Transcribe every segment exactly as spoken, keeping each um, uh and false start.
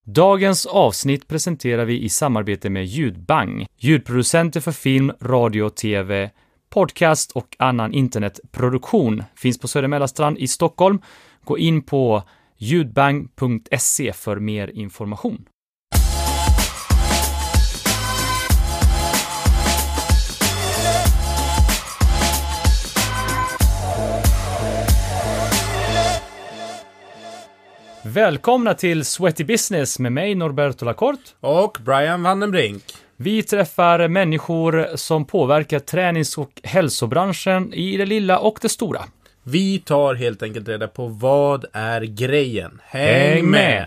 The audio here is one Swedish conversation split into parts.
Dagens avsnitt presenterar vi i samarbete med Ljudbang, ljudproducenter för film, radio, tv, podcast och annan internetproduktion. Finns på Södermälarstrand i Stockholm. Gå in på ljudbang punkt se för mer information. Välkomna till Sweaty Business med mig Norberto Lacorte och Brian Vandenbrink. Vi träffar människor som påverkar tränings- och hälsobranschen i det lilla och det stora. Vi tar helt enkelt reda på vad är grejen. Häng, Häng med! med.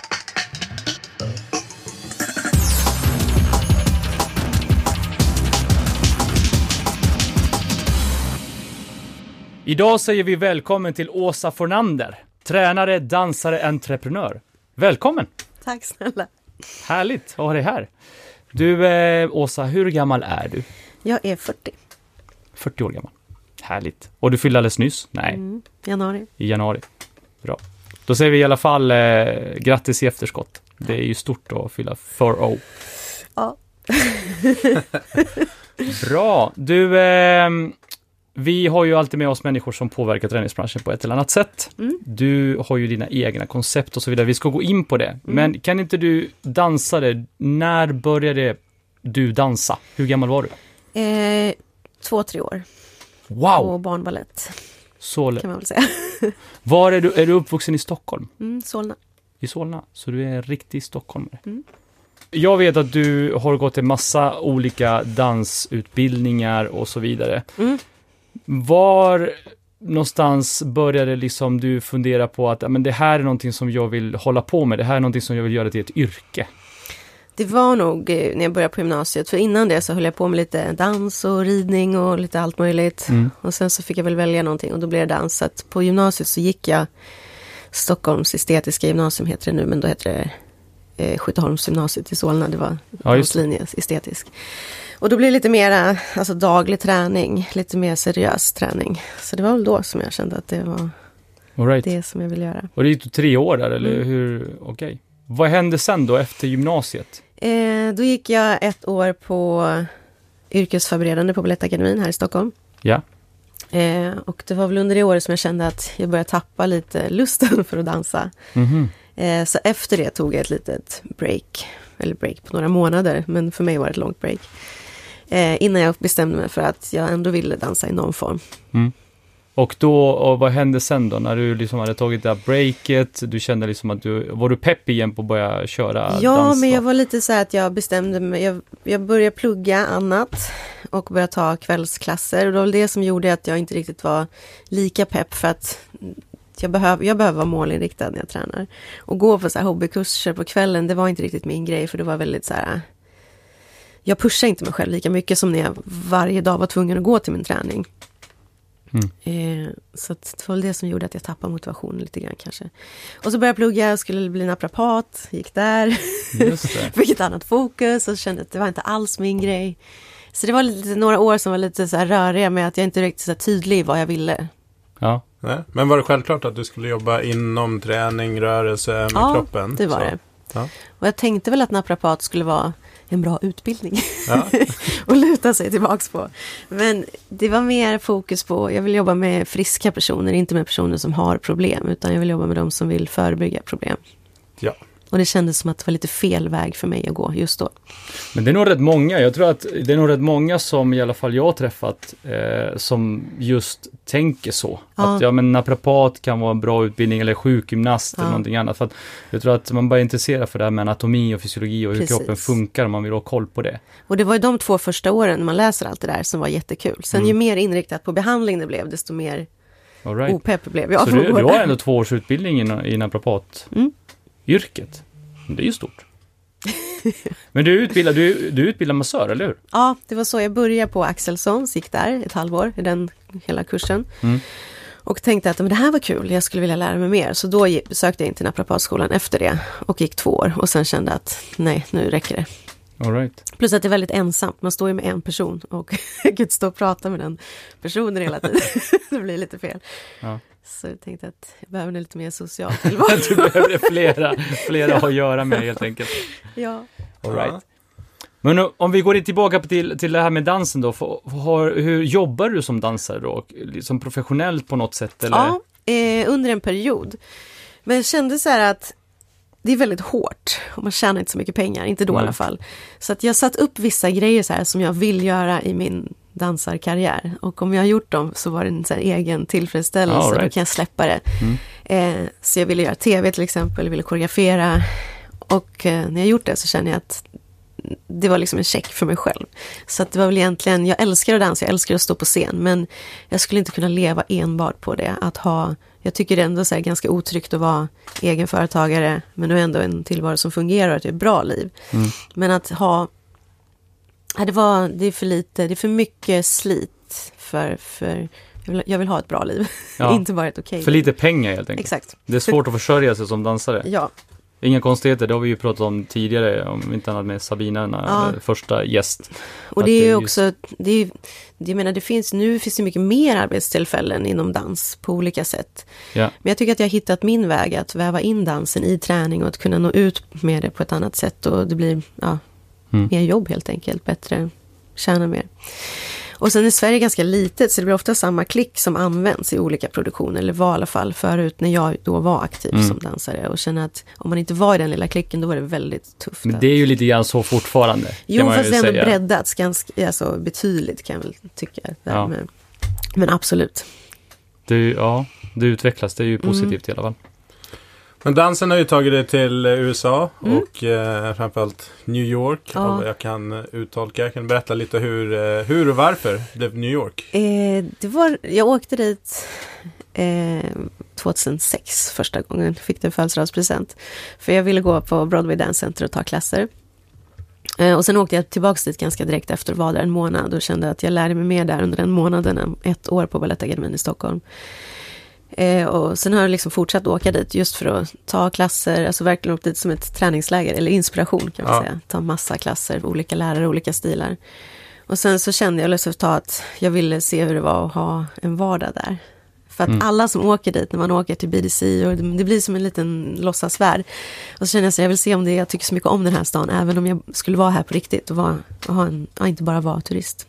Idag säger vi välkommen till Åsa Fornander. Tränare, dansare, entreprenör. Välkommen! Tack snälla. Härligt att ha dig här. Du, eh, Åsa, hur gammal är du? Jag är fyrtio. fyrtio år gammal. Härligt. Och du fyllde alldeles nyss? Nej. Mm, januari. I januari. Bra. Då säger vi i alla fall eh, grattis i efterskott. Det är ju stort att fylla fyrtio. Ja. Bra. Du... Eh, Vi har ju alltid med oss människor som påverkar träningsbranschen på ett eller annat sätt. Mm. Du har ju dina egna koncept och så vidare. Vi ska gå in på det. Mm. Men kan inte du dansa det? När började du dansa? Hur gammal var du? Eh, två, tre år. Wow! Och barnballett. Solna. Kan man väl säga. Var är du? Är du uppvuxen i Stockholm? Mm, Solna. I Solna. Så du är en riktig stockholmare. Mm. Jag vet att du har gått en massa olika dansutbildningar och så vidare. Mm. Var någonstans började liksom du fundera på att men det här är någonting som jag vill hålla på med, det här är någonting som jag vill göra till ett yrke? Det var nog när jag började på gymnasiet, för innan det så höll jag på med lite dans och ridning och lite allt möjligt. Mm. Och sen så fick jag väl välja någonting och då blev det dans. Så att på gymnasiet så gick jag Stockholms estetiska gymnasium heter det nu, men då heter det eh, Skytteholmsgymnasiet i Solna, det var ja, danslinje estetisk. Och då blev det lite mer alltså daglig träning, lite mer seriös träning. Så det var väl då som jag kände att det var All right. det som jag ville göra. Och det gick tre år där, eller mm. hur? Okej. Okay. Vad hände sen då efter gymnasiet? Eh, då gick jag ett år på yrkesförberedande på Balettakademin här i Stockholm. Ja. Eh, och det var väl under det året som jag kände att jag började tappa lite lusten för att dansa. Mm-hmm. Eh, så efter det tog jag ett litet break. Eller break på några månader, men för mig var det ett långt break. Eh, innan jag bestämde mig för att jag ändå ville dansa i någon form. Mm. Och då, och vad hände sen då? När du liksom hade tagit det här breaket, du kände liksom att du, var du pepp igen på att börja köra ja, dans? Ja, men jag var lite så här att jag bestämde mig, jag, jag började plugga annat och började ta kvällsklasser. Och det var det som gjorde att jag inte riktigt var lika pepp för att jag behöver, jag behöver vara målinriktad när jag tränar. Och gå på så här hobbykurser på kvällen, det var inte riktigt min grej för det var väldigt så här... Jag pushar inte mig själv lika mycket som när jag varje dag var tvungen att gå till min träning. Mm. Eh, så att det var det som gjorde att jag tappade motivationen lite grann kanske. Och så började jag plugga, skulle bli naprapat, gick där. Just det. Fick ett annat fokus och kände att det var inte alls min grej. Så det var lite, några år som var lite så här röriga med att jag inte riktigt så här tydlig vad jag ville. Ja. Nej, men var det självklart att du skulle jobba inom träning, rörelse med ja, kroppen? Det var så. det. Ja. Och jag tänkte väl att naprapat skulle vara en bra utbildning ja. och luta sig tillbaks på. Men det var mer fokus på, jag vill jobba med friska personer, inte med personer som har problem, utan jag vill jobba med dem som vill förebygga problem. Ja. Och det kändes som att det var lite fel väg för mig att gå just då. Men det är nog rätt många, jag tror att det är nog rätt många som i alla fall jag har träffat eh, som just tänker så. Ja. Att ja, men naprapat kan vara en bra utbildning eller sjukgymnast ja. eller någonting annat. För att jag tror att man bara är intresserad för det här med anatomi och fysiologi och hur Precis. kroppen funkar om man vill ha koll på det. Och det var ju de två första åren man läser allt det där som var jättekul. Sen mm. ju mer inriktat på behandling det blev, desto mer All right. opepp blev jag. Så du, du har ändå två års utbildning i, i naprapat? Mm. Yrket. Det är ju stort. Men du utbildar, du, du utbildar massör, eller hur? Ja, det var så. Jag började på Axelssons, gick där ett halvår i den hela kursen. Mm. Och tänkte att men det här var kul, jag skulle vilja lära mig mer. Så då sökte jag in till naprapatskolan efter det och gick två år. Och sen kände att nej, nu räcker det. All right. Plus att det är väldigt ensamt. Man står ju med en person och jag kan inte stå och prata med den personen hela tiden. Det blir lite fel. Ja. Så jag tänkte att jag behöver en lite mer social tillvaro. Du behöver flera, flera att göra med helt enkelt. Ja. All right. Men om vi går in tillbaka till, till det här med dansen då. För, har, hur jobbar du som dansare då? Som professionellt på något sätt? Eller? Ja, eh, under en period. Men jag kände så här att det är väldigt hårt och man tjänar inte så mycket pengar, inte då Nej. i alla fall. Så att jag satt upp vissa grejer så här som jag vill göra i min dansarkarriär. Och om jag har gjort dem så var det en så här egen tillfredsställelse, right. Då kan jag släppa det. Mm. Eh, så jag ville göra tv till exempel, jag ville koreografera. Och eh, när jag gjort det så känner jag att det var liksom en check för mig själv. Så att det var väl egentligen, jag älskar att dansa, jag älskar att stå på scen. Men jag skulle inte kunna leva enbart på det. Att ha, jag tycker det är ändå så här ganska otryggt att vara egen företagare. Men nu ändå en tillvaro som fungerar och att det är ett bra liv. Mm. Men att ha, ja, det, var, det är för lite, det är för mycket slit för, för jag, vill, jag vill ha ett bra liv. Ja. Inte bara ett okej För liv. lite pengar helt enkelt. Exakt. Det är svårt att försörja sig som dansare. Ja. Inga konstigheter, det har vi ju pratat om tidigare, om inte annat med Sabina, ja. första gäst. Och det är ju också, det är, jag menar det finns, nu finns det mycket mer arbetstillfällen inom dans på olika sätt. Ja. Men jag tycker att jag har hittat min väg att väva in dansen i träning och att kunna nå ut med det på ett annat sätt. Och det blir ja, mm. mer jobb helt enkelt, bättre, tjäna mer. Och sen är Sverige ganska litet så det blir ofta samma klick som används i olika produktioner. Eller var i alla fall förut när jag då var aktiv mm. som dansare. Och känner att om man inte var i den lilla klicken då var det väldigt tufft. Men det är ju lite grann så fortfarande. Jo, fast det är ändå breddats ganska alltså, betydligt kan jag väl tycka. Ja. Men, men absolut. Du, ja, det utvecklas, det är ju positivt mm. i alla fall. Men dansen har ju tagit det till U S A mm. och eh, framförallt New York. Ja. Jag kan uttolka, jag kan berätta lite hur, eh, hur och varför blev New York? Eh, det var, jag åkte dit eh, tjugohundrasex första gången, fick det födelsedagspresent. För jag ville gå på Broadway Dance Center och ta klasser. Eh, och sen åkte jag tillbaka dit ganska direkt efter att vara där en månad och kände att jag lärde mig mer där under den månaden än ett år på Balettakademin i Stockholm. Eh, och sen har jag liksom fortsatt åka dit just för att ta klasser, alltså verkligen åkt dit som ett träningsläger eller inspiration kan man ja. säga. Ta massa klasser, olika lärare, olika stilar. Och sen så kände jag resultat att jag ville se hur det var att ha en vardag där. För att mm. alla som åker dit, när man åker till B D C, och det, det blir som en liten låtsasvärld. Och så känner jag så jag vill se om det, jag tycker så mycket om den här stan, även om jag skulle vara här på riktigt och, vara, och ha en, ja, inte bara vara turist.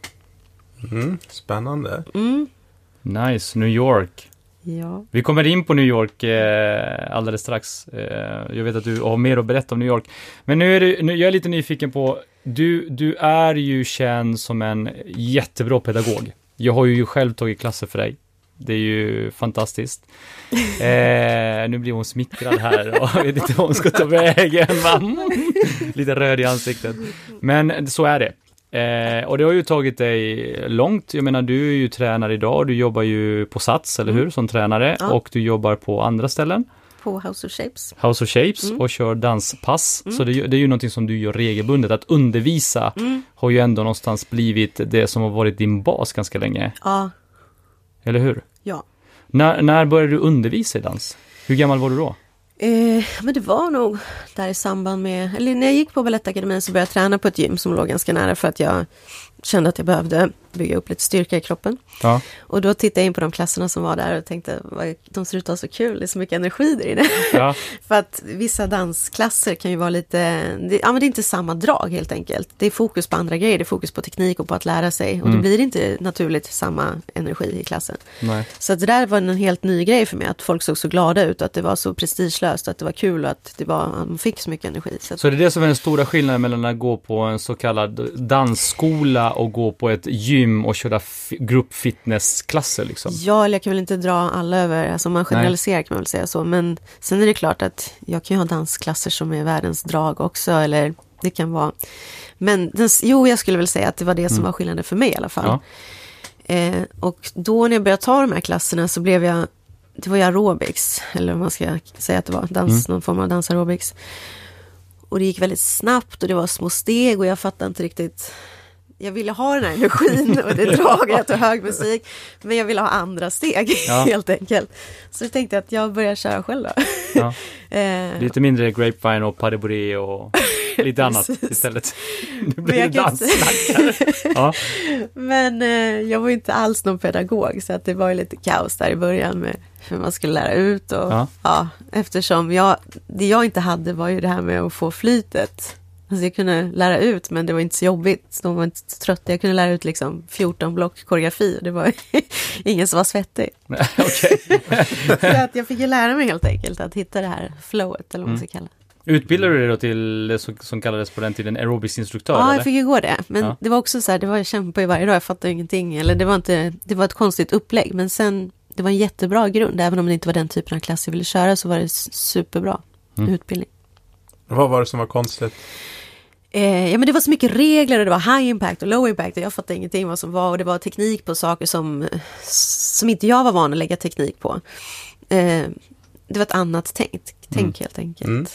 Mm, spännande. Mm. Nice, New York. Ja. Vi kommer in på New York eh, alldeles strax. Eh, jag vet att du har mer att berätta om New York. Men nu är det, nu, jag är lite nyfiken på, du, du är ju känd som en jättebra pedagog. Jag har ju själv tagit klasser för dig. Det är ju fantastiskt. Eh, nu blir hon smickrad här och jag vet inte vad hon ska ta vägen. Lite röd i ansiktet. Men så är det. Eh, och det har ju tagit dig långt. Jag menar, du är ju tränare idag. Du jobbar ju på Sats, eller hur? Mm. Som tränare. Ja. Och du jobbar på andra ställen. På House of Shapes. House of Shapes mm. och kör danspass. Mm. Så det, det är ju någonting som du gör regelbundet. Att undervisa mm. har ju ändå någonstans blivit det som har varit din bas ganska länge. Ja. Eller hur? Ja. När, när började du undervisa i dans? Hur gammal var du då? Eh, men det var nog där i samband med, eller när jag gick på Balettakademin så började jag träna på ett gym som låg ganska nära för att jag kände att jag behövde bygga upp lite styrka i kroppen. Ja. Och då tittade jag in på de klasserna som var där och tänkte, de ser ut att ha så kul, det är så mycket energi där inne. Ja. För att vissa dansklasser kan ju vara lite, det, ja men det är inte samma drag helt enkelt. Det är fokus på andra grejer, det är fokus på teknik och på att lära sig. Och mm. då blir det inte naturligt samma energi i klassen. Nej. Så att det där var en helt ny grej för mig, att folk såg så glada ut och att det var så prestigelöst, att det var kul och att det var, man fick så mycket energi. Så, att, så det är det som är den stora skillnaden mellan att gå på en så kallad dansskola och gå på ett gym och köra f- gruppfitnessklasser liksom? Ja, eller jag kan väl inte dra alla över, alltså man generaliserar Nej. Kan man väl säga så, men sen är det klart att jag kan ju ha dansklasser som är världens drag också, eller det kan vara, men den, jo, jag skulle väl säga att det var det som mm. var skillnaden för mig i alla fall. Ja. Eh, och då när jag började ta de här klasserna så blev jag, det var ju aerobics, eller vad man ska säga att det var, dans, mm. någon form av dansaerobics. Och det gick väldigt snabbt och det var små steg och jag fattade inte riktigt. Jag ville ha den här energin och det draget och hög musik, men jag ville ha andra steg ja. helt enkelt. Så jag tänkte att jag börjar köra själv då. Ja. eh. Lite mindre grapevine och pas de bourrée och lite annat istället. Nu blir Men det jag kan danssnackare. Ja. Men eh, jag var ju inte alls någon pedagog, så att det var ju lite kaos där i början med hur man skulle lära ut. Och, Ja. ja, eftersom jag, det jag inte hade var ju det här med att få flytet. Alltså jag kunde lära ut, men det var inte så jobbigt. De var inte så trötta. Jag kunde lära ut liksom fjorton block koreografi. Det var ingen som var svettig. Okej. Så att jag fick ju lära mig helt enkelt att hitta det här flowet, eller vad man ska kalla det. Utbildade du dig då till det som, som kallades på den tiden aerobics-instruktör? Ja, eller? jag fick ju gå det. Men Ja. det var också så här, det var jag kämpade ju varje dag. Jag fattade ingenting. Eller det var inte, det var ett konstigt upplägg. Men sen, det var en jättebra grund. Även om det inte var den typen av klass jag ville köra, så var det superbra Mm. utbildning. Vad var det som var konstigt? Eh, ja, men det var så mycket regler och det var high impact och low impact och jag fattade ingenting vad som var, och det var teknik på saker som, som inte jag var van att lägga teknik på. Eh, det var ett annat tänk, tänk Mm. helt enkelt. Mm.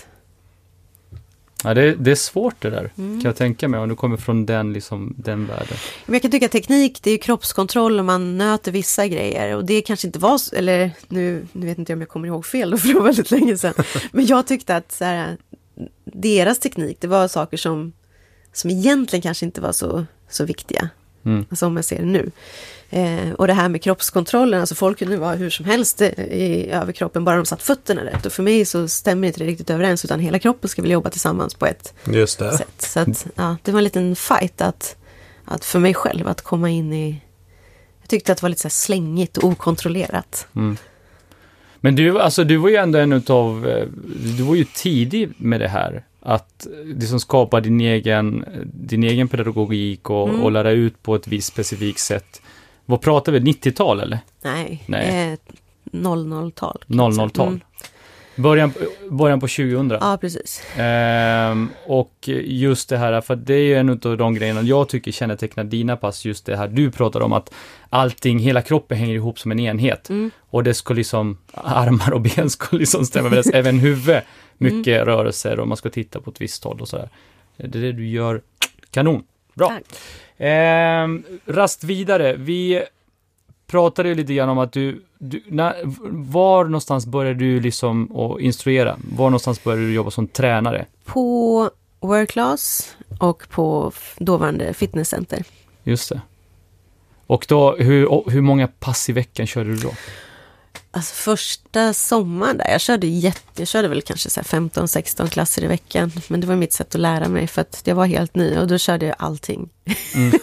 Ja, det, det är svårt det där, Mm. kan jag tänka mig, om du kommer från den, liksom, den världen. Men jag kan tycka att teknik, det är ju kroppskontroll och man nöter vissa grejer, och det kanske inte var, så- eller nu, nu vet inte jag om jag kommer ihåg fel då, för det var väldigt länge sedan. Men jag tyckte att så här, deras teknik, det var saker som, som egentligen kanske inte var så, så viktiga. Mm. Alltså om jag ser det nu. Eh, och det här med kroppskontrollen, alltså folk kunde vara hur som helst i överkroppen, bara de satt fötterna rätt. Och för mig så stämmer inte det riktigt överens, utan hela kroppen ska vilja jobba tillsammans på ett Just det. sätt. Så att, ja, det var en liten fight att, att för mig själv att komma in i... Jag tyckte att det var lite så här slängigt och okontrollerat. Mm. Men du, alltså, du var ju ändå en utav, eh, du var ju tidig med det här. Att liksom skapa din egen, din egen pedagogik och, Mm. och lära ut på ett visst specifikt sätt. Vad pratar vi, nittiotal eller? Nej, Nej. Eh, noll noll-tal. kan noll man säga. noll-tal. Mm. Början, början på tjugohundra. Ja, precis. Ehm, och just det här, för det är ju en av de grejerna jag tycker kännetecknar dina pass, just det här du pratar om, att allting, hela kroppen hänger ihop som en enhet. Mm. Och det ska liksom, armar och ben ska liksom stämma överens, även huvud, mycket Mm. rörelser och man ska titta på ett visst håll och sådär. Det är det du gör, kanon, bra. Tack. Ehm, rast vidare, vi pratade ju lite grann om att du, du när, var någonstans började du liksom att instruera? Var någonstans började du jobba som tränare? På Work Class och på f- dåvarande fitnesscenter. Just det. Och då, hur, hur många pass i veckan körde du då? Alltså första sommaren där, jag körde, jätte, jag körde väl kanske så här femton sexton klasser i veckan. Men det var mitt sätt att lära mig, för att jag var helt ny och då körde jag allting. Mm.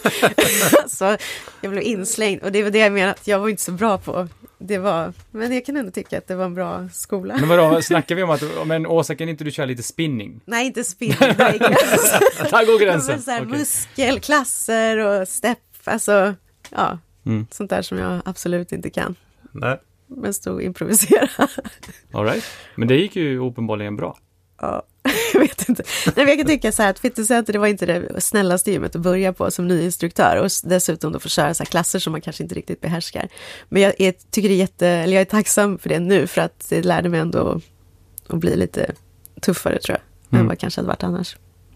Så jag blev inslängd, och det var det jag menar att jag var inte så bra på. Det var, men jag kan ändå tycka att det var en bra skola. Men vadå, snackar vi om att, men Åsa, kan inte du köra lite spinning? Nej, inte spinning. Nej, Där går gränsen. men så här, Okej. muskelklasser och step, alltså ja, Mm. sånt där som jag absolut inte kan. Nej. Men stod och improvisera. All right. Men det gick ju uppenbarligen bra. Ja, jag vet inte. Nej, men jag kan tycka så här att fitnesscenter, det var inte det snällaste gymmet att börja på som ny instruktör, och s- dessutom då få köra så här klasser som man kanske inte riktigt behärskar. Men jag är, tycker det är jätte, eller jag är tacksam för det nu, för att det lärde mig ändå att bli lite tuffare, tror jag, Mm. än vad kanske hade varit annars.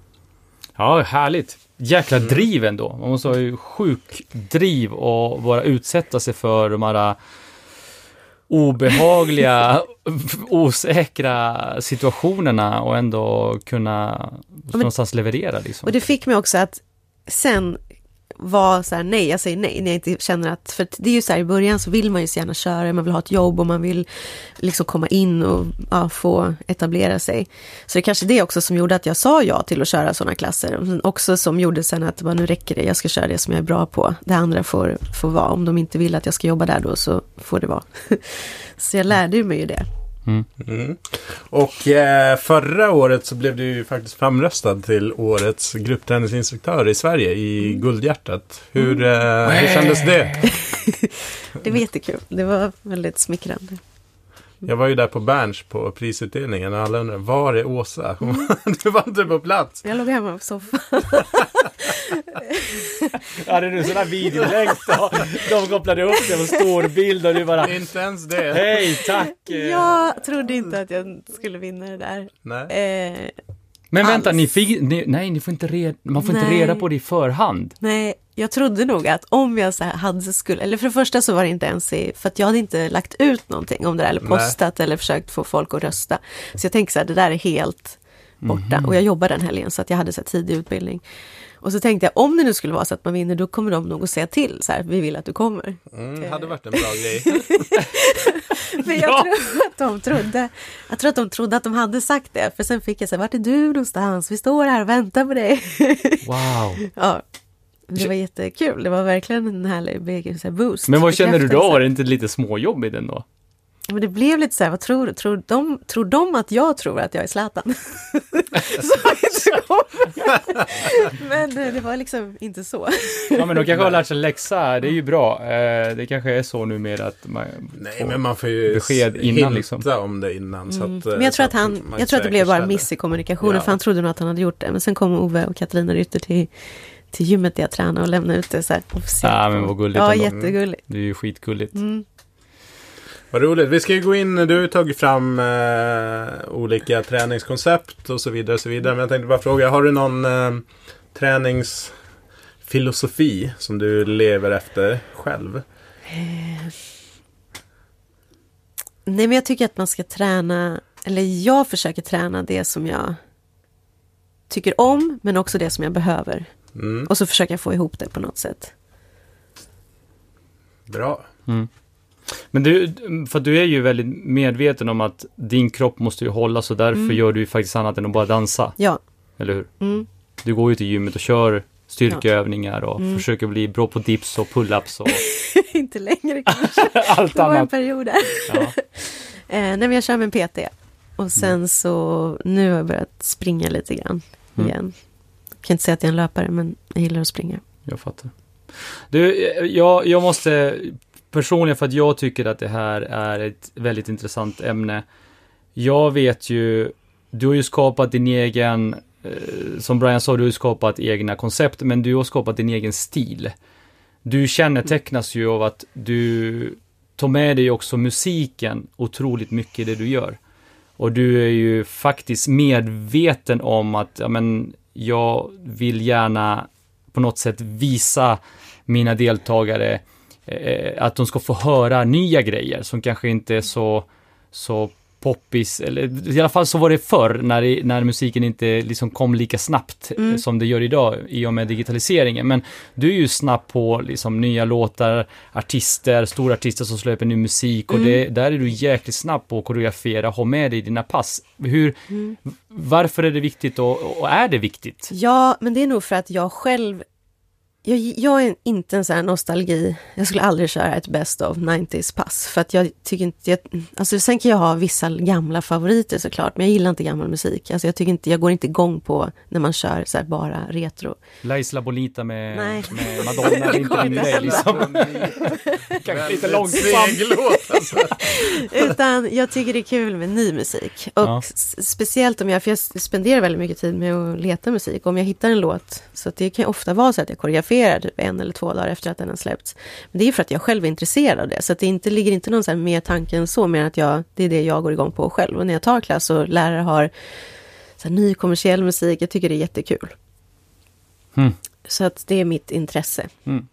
Ja, härligt. Jäkla driv ändå. Man måste ha ju sjuk driv och bara utsätta sig för de här obehagliga, osäkra situationerna och ändå kunna men- någonstans leverera liksom. Och det fick mig också att sen vara så här, nej, jag säger nej när jag inte känner att, för att det är ju så här, i början så vill man ju så gärna köra, man vill ha ett jobb och man vill liksom komma in och ja, få etablera sig. Så det är kanske det också som gjorde att jag sa ja till att köra sådana klasser, men också som gjorde sen att bara, nu räcker det, jag ska köra det som jag är bra på, det andra får, får vara, om de inte vill att jag ska jobba där då, så får det vara. Så jag lärde ju mig ju det. Mm. Och eh, förra året så blev du ju faktiskt framröstad till årets gruppträningsinstruktör i Sverige i Guldhjärtat. Hur, eh, hur kändes det? Det var jättekul, det var väldigt smickrande. Jag var ju där på Berns på prisutdelningen och alla undrade, var är Åsa? Du var inte på plats. Jag låg hemma på soffan. Ja, det är nu sån här videolänk då. De kopplade upp det på stor bild och du bara, Inte ens det. hej, tack. Jag trodde inte att jag skulle vinna det där. Nej. Eh, Men vänta, alls. ni fick, ni, nej, ni får inte reda, man får inte Nej. reda på det i förhand. nej, jag trodde nog att om jag så här hade skulle, eller för det första så var det inte ens i, för att jag hade inte lagt ut någonting om det där, eller Nej. postat eller försökt få folk att rösta. Så jag tänkte så här, det där är helt borta. Mm. Och jag jobbade den helgen så att jag hade så här tidig utbildning. Och så tänkte jag, om det nu skulle vara så att man vinner, då kommer de nog att säga till. Så här, vi vill att du kommer. Mm, det hade varit en bra grej. Men jag, ja. tror att de trodde, jag tror att de trodde att de hade sagt det. För sen fick jag säga, vart är du någonstans? Vi står här och väntar på dig. Wow. Ja, det var jättekul. Det var verkligen en härlig så här, boost. Men vad känner du då? Var det inte lite småjobbigt ändå? Men det blev lite så här, vad tror du? Tror de, tror de att jag tror att jag är Zlatan? Så inte men det var liksom inte så. Ja, men de kanske har lärt sig läxa. Det är ju bra. Det kanske är så nu med att man Nej, men man får ju besked innan liksom. om det innan. Så att, mm. Men jag tror att, han, jag tror att det blev bara miss i kommunikationen. Ja. För han trodde nog att han hade gjort det. Men sen kom Ove och Katarina Rytter till, till gymmet där jag tränade och lämnade ut det så här officiellt. Ja, men vad gulligt. Ja, ändå. jättegulligt. Det är ju skitgulligt. Mm. Vad roligt. Vi ska ju gå in, du har ju tagit fram eh, olika träningskoncept och så vidare och så vidare. Men jag tänkte bara fråga, har du någon eh, träningsfilosofi som du lever efter själv? Eh, nej, men jag tycker att man ska träna, eller jag försöker träna det som jag tycker om, men också det som jag behöver. Mm. Och så försöker jag få ihop det på något sätt. Bra. Mm. Men du, för du är ju väldigt medveten om att din kropp måste ju hålla, så därför mm. gör du ju faktiskt annat än att bara dansa. Ja. Eller hur? Mm. Du går ju till gymmet och kör styrkeövningar och mm. försöker bli bra på dips och pull-ups. Och... Inte längre kanske. Allt på annat. En period där. Ja. eh, nej, men jag kör med en P T. Och sen mm. så, nu har jag börjat springa lite grann igen. Mm. Jag kan inte säga att jag är en löpare, men jag gillar att springa. Jag fattar. Du, jag, jag måste... Personligen, för att jag tycker att det här är ett väldigt intressant ämne. Jag vet ju, du har ju skapat din egen, eh, som Brian sa, du har ju skapat egna koncept, men du har skapat din egen stil. Du kännetecknas ju av att du tar med dig också musiken otroligt mycket i det du gör. Och du är ju faktiskt medveten om att ja, men, jag vill gärna på något sätt visa mina deltagare att de ska få höra nya grejer som kanske inte är så, så poppis, eller i alla fall så var det förr när, när musiken inte liksom kom lika snabbt mm. som det gör idag i och med digitaliseringen. Men du är ju snabb på liksom nya låtar, artister, stora artister som släpper ny musik och mm. det, där är du jäkligt snabb på att koreografera, ha med dig i dina pass. Hur, mm. Varför är det viktigt och, och är det viktigt? Ja, men det är nog för att jag själv Jag, jag är inte en sån här nostalgi. Jag skulle aldrig köra ett best of nittio-pass. För att jag tycker inte... Jag, alltså sen kan jag ha vissa gamla favoriter såklart. Men jag gillar inte gammal musik. Alltså jag tycker inte... Jag går inte igång på när man kör så här bara retro. La Isla Bonita med, Nej. med Madonna. Det inte min grej liksom. Kanske lite långsamt. Alltså. Utan jag tycker det är kul med ny musik. Och ja. s- speciellt om jag... För jag spenderar väldigt mycket tid med att leta musik. Om jag hittar en låt. Så att det kan ofta vara så att jag koreograferar typ en eller två dagar efter att den har släppts. Men det är för att jag själv är intresserad av det. Så att det inte, ligger inte någon så här mer tanke än så, mer att jag, det är det jag går igång på själv. Och när jag tar klass och lärare har så här ny kommersiell musik, jag tycker det är jättekul. Mm. Så att det är mitt intresse. Mm.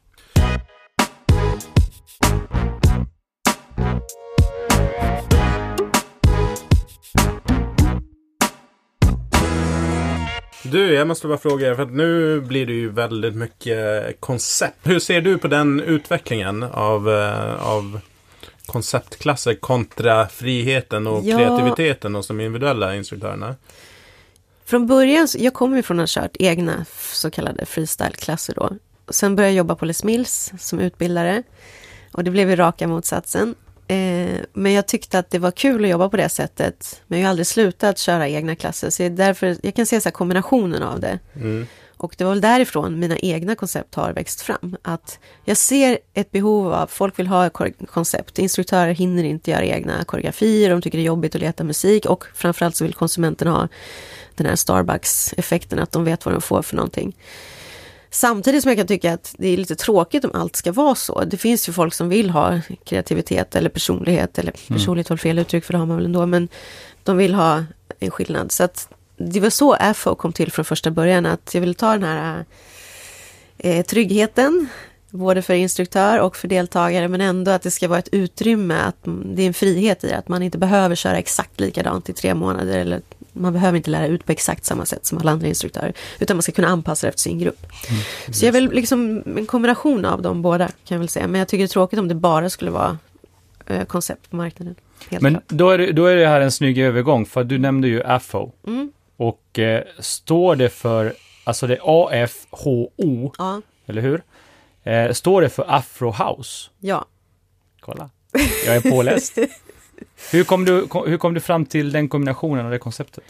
Du, jag måste bara fråga, för att nu blir det ju väldigt mycket koncept. Hur ser du på den utvecklingen av, av konceptklasser kontra friheten och ja. kreativiteten hos de individuella instruktörerna? Från början, jag kommer ju från att ha kört egna så kallade freestyle-klasser då. Sen började jag jobba på Les Mills som utbildare. Och det blev ju raka motsatsen. Eh, men jag tyckte att det var kul att jobba på det sättet. Men jag har aldrig slutat köra egna klasser. Så därför, jag kan se så här kombinationen av det. Mm. Och det var väl därifrån mina egna koncept har växt fram. Att jag ser ett behov av, folk vill ha koncept. Instruktörer hinner inte göra egna koreografier. De tycker det är jobbigt att leta musik. Och framförallt så vill konsumenten ha den här Starbucks-effekten. Att de vet vad de får för någonting. Samtidigt som jag kan tycka att det är lite tråkigt om allt ska vara så. Det finns ju folk som vill ha kreativitet eller personlighet. Eller personlighet håll fel uttryck, för det har man väl ändå. Men de vill ha en skillnad. Så att det var så A F O kom till från första början. Att jag ville ta den här eh, tryggheten. Både för instruktör och för deltagare. Men ändå att det ska vara ett utrymme. Att det är en frihet i att man inte behöver köra exakt likadant i tre månader. Eller man behöver inte lära ut på exakt samma sätt som alla andra instruktörer, utan man ska kunna anpassa det efter sin grupp. Mm, så jag vill liksom en kombination av de båda, kan jag väl säga. Men jag tycker det är tråkigt om det bara skulle vara eh, koncept på marknaden. Helt Men klart. då är, det, då är det här en snygg övergång, för du nämnde ju A F O. Mm. Och eh, står det för, alltså det är A F H O, Ja. eller hur? Eh, står det för Afro House? Ja. Kolla, jag är påläst. hur, kom du, kom, hur kom du fram till den kombinationen och det konceptet?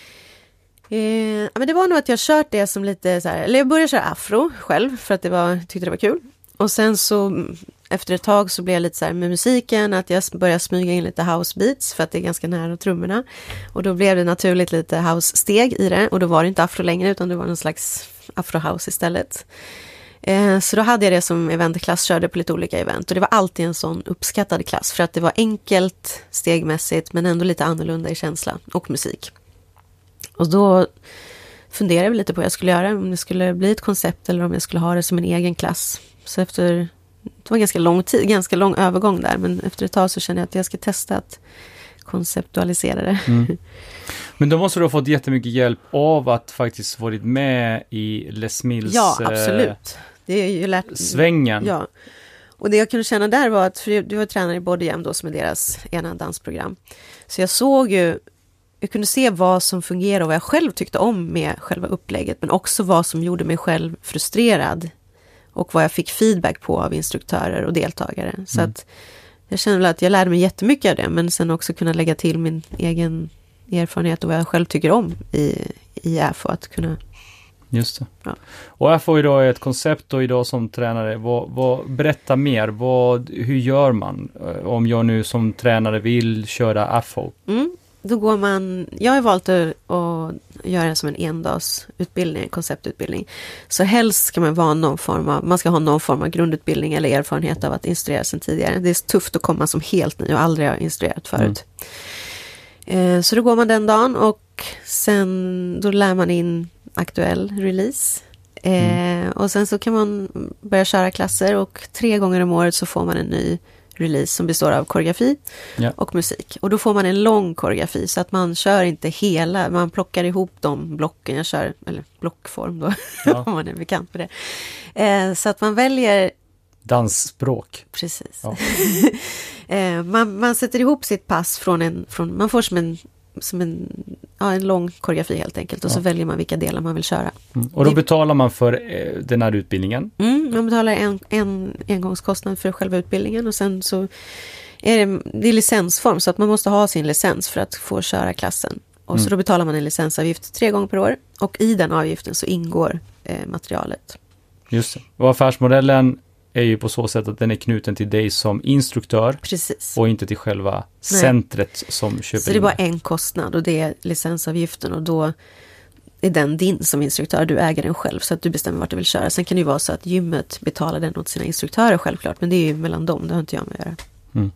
Eh, men det var nog att jag kört det som lite så här, eller jag började köra afro själv för att det var, tyckte det var kul. Och sen så efter ett tag så blev jag lite så här med musiken, att jag började smyga in lite house beats för att det är ganska nära trummorna. Och då blev det naturligt lite house-steg i det, och då var det inte afro längre utan det var någon slags afro-house istället. Eh, så då hade jag det som eventklass, körde på lite olika event, och det var alltid en sån uppskattad klass för att det var enkelt stegmässigt men ändå lite annorlunda i känsla och musik. Och då funderade jag lite på vad jag skulle göra, om det skulle bli ett koncept eller om jag skulle ha det som en egen klass. Så efter, det var ganska lång tid, ganska lång övergång där, men efter ett tag så kände jag att jag ska testa att konceptualisera det. Mm. Men då måste du ha fått jättemycket hjälp av att faktiskt varit med i Les Mills ja, absolut. Det är ju lärt, svängen. Ja. Och det jag kunde känna där var att, för du var tränare i Body Jam då, som är deras ena dansprogram. Så jag såg ju, jag kunde se vad som fungerade och vad jag själv tyckte om med själva upplägget, men också vad som gjorde mig själv frustrerad och vad jag fick feedback på av instruktörer och deltagare. Så mm. att jag kände väl att jag lärde mig jättemycket av det, men sen också kunna lägga till min egen erfarenhet och vad jag själv tycker om i, i A F O, att kunna... Just det. Ja. Och A F O idag är ett koncept, och idag som tränare, vad, vad, berätta mer, vad, hur gör man om jag nu som tränare vill köra A F O? Mm. Då går man, jag har valt att, att göra det som en endagsutbildning, en konceptutbildning. Så helst ska man vara någon form av, man ska ha någon form av grundutbildning eller erfarenhet av att instruera sedan tidigare. Det är tufft att komma som helt ny och aldrig har instruerat förut. Mm. Eh, så då går man den dagen, och sen då lär man in aktuell release. Eh, mm. Och sen så kan man börja köra klasser, och tre gånger om året så får man en ny release som består av koreografi ja. och musik. Och då får man en lång koreografi, så att man kör inte hela, man plockar ihop de blocken, jag kör, eller blockform då, ja. om man är bekant med det. Eh, så att man väljer dansspråk. Precis. Ja. eh, man, man sätter ihop sitt pass från en, från, man får som en som en, ja, en lång koreografi helt enkelt, och ja. så väljer man vilka delar man vill köra. Mm. Och då betalar man för eh, den här utbildningen? Mm, man betalar en, en engångskostnad för själva utbildningen, och sen så är det, det är licensform, så att man måste ha sin licens för att få köra klassen. Och mm. så då betalar man en licensavgift tre gånger per år, och i den avgiften så ingår eh, materialet. Just det. Och affärsmodellen är ju på så sätt att den är knuten till dig som instruktör. Precis. Och inte till själva Nej. centret som köper in. Så det är bara en kostnad, och det är licensavgiften, och då är den din som instruktör. Du äger den själv, så att du bestämmer vart du vill köra. Sen kan det ju vara så att gymmet betalar den åt sina instruktörer självklart, men det är ju mellan dem, det har inte jag med att göra. Mm.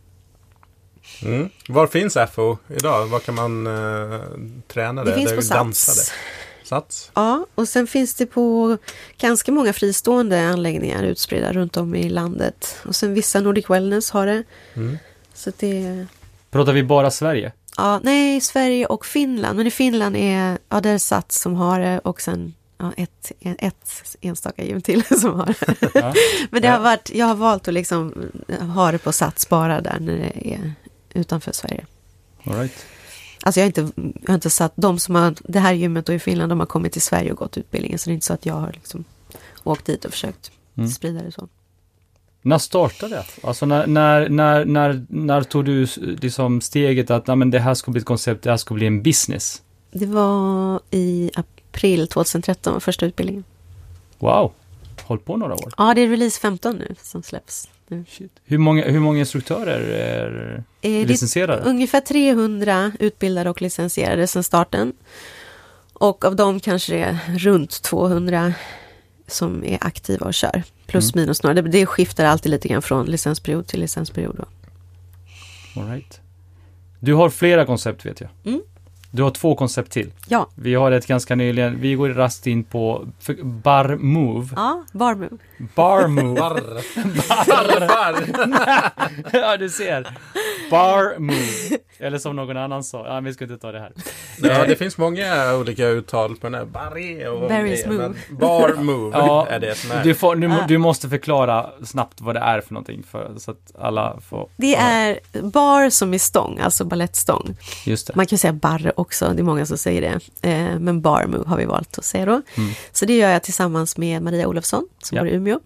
Mm. Var finns F O idag? Var kan man uh, träna det? Det finns det på Sats. Sats. Ja, och sen finns det på ganska många fristående anläggningar utspridda runt om i landet. Och sen vissa Nordic Wellness har det. Mm. Så det... Pratar vi bara Sverige? Ja, nej, Sverige och Finland. Men i Finland är, ja, det är Sats som har det, och sen ja, ett, ett enstaka gym till som har det. Ja. Men det har varit, jag har valt att liksom ha det på Sats bara där när det är utanför Sverige. All right. Alltså jag har, inte, jag har inte satt, de som har, det här gymmet och i Finland, de har kommit till Sverige och gått utbildningen, så det är inte så att jag har liksom åkt dit och försökt mm. sprida det så. När startade det? Alltså när, när, när, när, när tog du liksom steget att nej, men det här ska bli ett koncept, det här ska bli en business? Det var i april tjugohundratretton, första utbildningen. Wow, håll på några år. Ja, det är release femton nu som släpps. Nu. Shit. Hur många, hur många instruktörer är eh, licensierade? Ungefär trehundra utbildade och licensierade sedan starten. Och av dem kanske det är runt tvåhundra som är aktiva och kör. Plus mm. minus några. Det, det skiftar alltid lite grann från licensperiod till licensperiod. Då. All right. Du har flera koncept, vet jag. Mm. Du har två koncept till. Ja. Vi har ett ganska nyligen, vi går rast in på bar move. Ja, bar move. Bar move. Barr. Barr. Barr. Ja, du ser. Bar move. Eller som någon annan sa. Ja, vi ska inte ta det här. Ja, det finns många olika uttal på den här. Barry och Barry's move. men bar move Ja, är det som är. Du, får, du, Ah. du måste förklara snabbt vad det är för någonting för, så att alla får... Det är bar som är stång, alltså ballettstång. Just det. Man kan ju säga barre också, det är många som säger det. Eh, men bar move har vi valt att säga då. Mm. Så det gör jag tillsammans med Maria Olofsson som Ja. bor i Umeå.